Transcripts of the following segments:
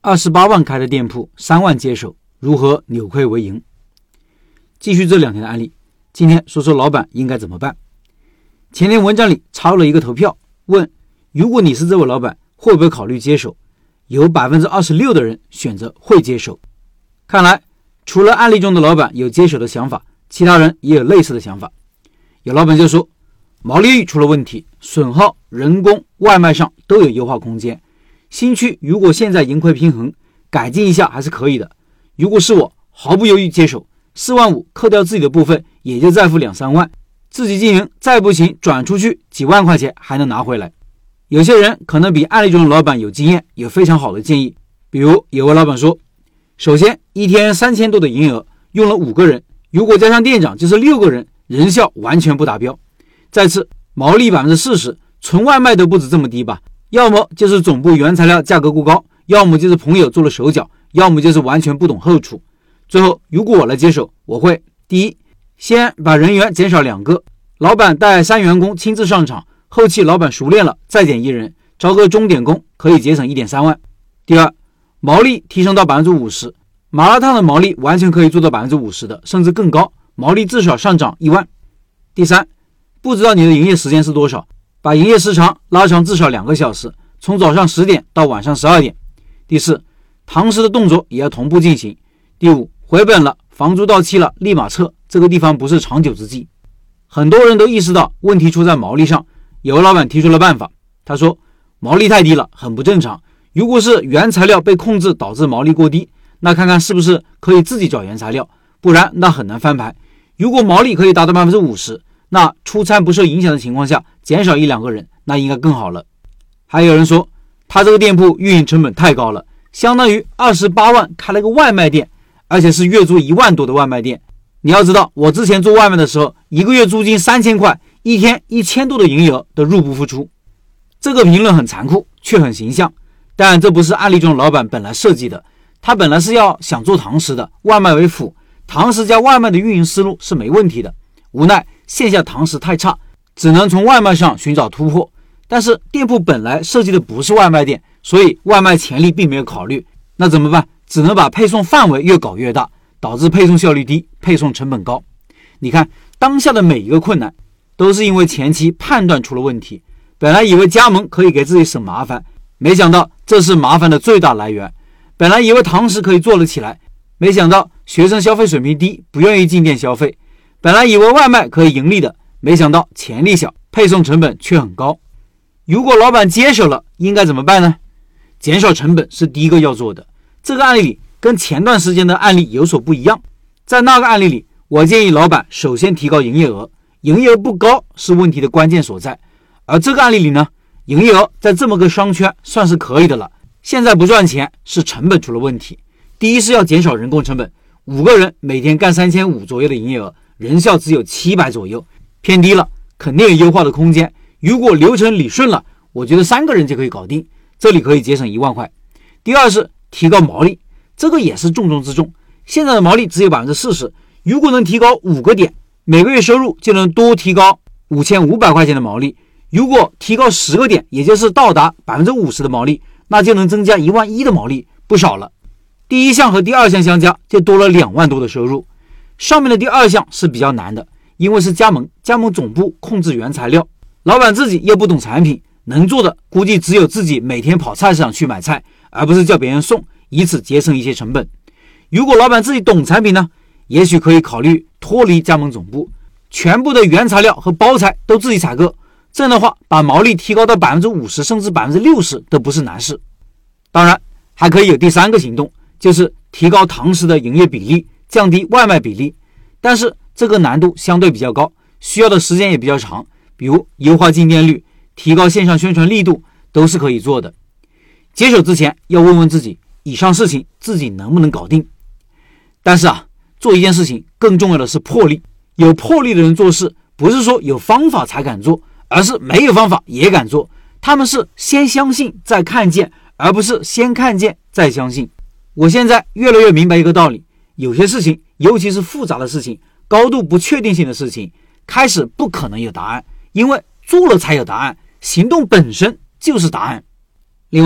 28万开的店铺3万接手，如何扭亏为盈？继续这2天的案例，今天说说老板应该怎么办。前天文章里插入了一个投票，问如果你是这位老板，会不会考虑接手？有 26% 的人选择会接手。看来除了案例中的老板有接手的想法，其他人也有类似的想法。有老板就说，毛利率出了问题，损耗、人工、外卖上都有优化空间，新区如果现在盈亏平衡，改进一下还是可以的。如果是我，毫不犹豫接手，4万5扣掉自己的部分，也就再付2-3万，自己经营再不行转出去几万块钱还能拿回来。有些人可能比案例中的老板有经验，有非常好的建议。比如有位老板说，首先一天3000多的营业额，用了5个人，如果加上店长就是6个人，人效完全不达标。再次，毛利 40%， 纯外卖都不止这么低吧，要么就是总部原材料价格过高，要么就是朋友做了手脚，要么就是完全不懂后厨。最后如果我来接手，我会第一，先把人员减少2个，老板带3员工亲自上场，后期老板熟练了再减1人，招个钟点工，可以节省 1.3万。第二，毛利提升到 50%， 麻辣烫的毛利完全可以做到 50% 的，甚至更高，毛利至少上涨1万。第三，不知道你的营业时间是多少，把营业时长拉长至少2个小时，从早上10点到晚上12点。第四，堂食的动作也要同步进行。第五，回本了，房租到期了，立马撤，这个地方不是长久之计。很多人都意识到问题出在毛利上，有个老板提出了办法，他说毛利太低了，很不正常，如果是原材料被控制导致毛利过低，那看看是不是可以自己找原材料，不然那很难翻盘。如果毛利可以达到 50%， 那出餐不受影响的情况下，减少1-2个人，那应该更好了。还有人说他这个店铺运营成本太高了，相当于28万开了个外卖店，而且是月租1万多的外卖店。你要知道，我之前做外卖的时候，一个月租金3000块，一天1000多的营业额都入不敷出。这个评论很残酷，却很形象。但这不是案例中的老板本来设计的，他本来是想做堂食的，外卖为辅，堂食加外卖的运营思路是没问题的。无奈线下堂食太差，只能从外卖上寻找突破。但是店铺本来设计的不是外卖店，所以外卖潜力并没有考虑。那怎么办？只能把配送范围越搞越大，导致配送效率低，配送成本高。你看当下的每一个困难都是因为前期判断出了问题，本来以为加盟可以给自己省麻烦，没想到这是麻烦的最大来源。本来以为堂食可以做得起来，没想到学生消费水平低，不愿意进店消费。本来以为外卖可以盈利的，没想到潜力小，配送成本却很高。如果老板接手了，应该怎么办呢？减少成本是第一个要做的。这个案例里跟前段时间的案例有所不一样。在那个案例里，我建议老板首先提高营业额，营业额不高是问题的关键所在。而这个案例里呢，营业额在这么个商圈算是可以的了，现在不赚钱是成本出了问题。第一是要减少人工成本，5个人每天干3500左右的营业额，人效只有700左右，偏低了，肯定有优化的空间。如果流程理顺了，我觉得3个人就可以搞定，这里可以节省1万块。第二是提高毛利，这个也是重中之重。现在的毛利只有 40%， 如果能提高5个点，每个月收入就能多提高5500块钱的毛利。如果提高10个点，也就是到达 50% 的毛利，那就能增加11000的毛利，不少了。第一项和第二项相加，就多了2万多的收入。上面的第二项是比较难的，因为是加盟总部控制原材料，老板自己又不懂产品，能做的估计只有自己每天跑菜市场去买菜，而不是叫别人送，以此节省一些成本。如果老板自己懂产品呢，也许可以考虑脱离加盟总部，全部的原材料和包材都自己采购，这样的话把毛利提高到 50% 甚至 60% 都不是难事。当然还可以有第3个行动，就是提高堂食的营业比例，降低外卖比例。但是这个难度相对比较高，需要的时间也比较长，比如优化进店率，提高线上宣传力度，都是可以做的。接手之前要问问自己，以上事情自己能不能搞定。但是做一件事情更重要的是魄力。有魄力的人做事，不是说有方法才敢做，而是没有方法也敢做。他们是先相信再看见，而不是先看见再相信。我现在越来越明白一个道理，有些事情，尤其是复杂的事情，高度不确定性的事情，开始不可能有答案，因为做了才有答案，行动本身就是答案。另外，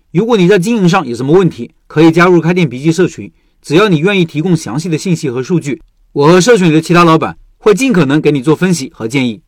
如果你在经营上有什么问题，可以加入开店笔记社群，只要你愿意提供详细的信息和数据，我和社群里的其他老板会尽可能给你做分析和建议。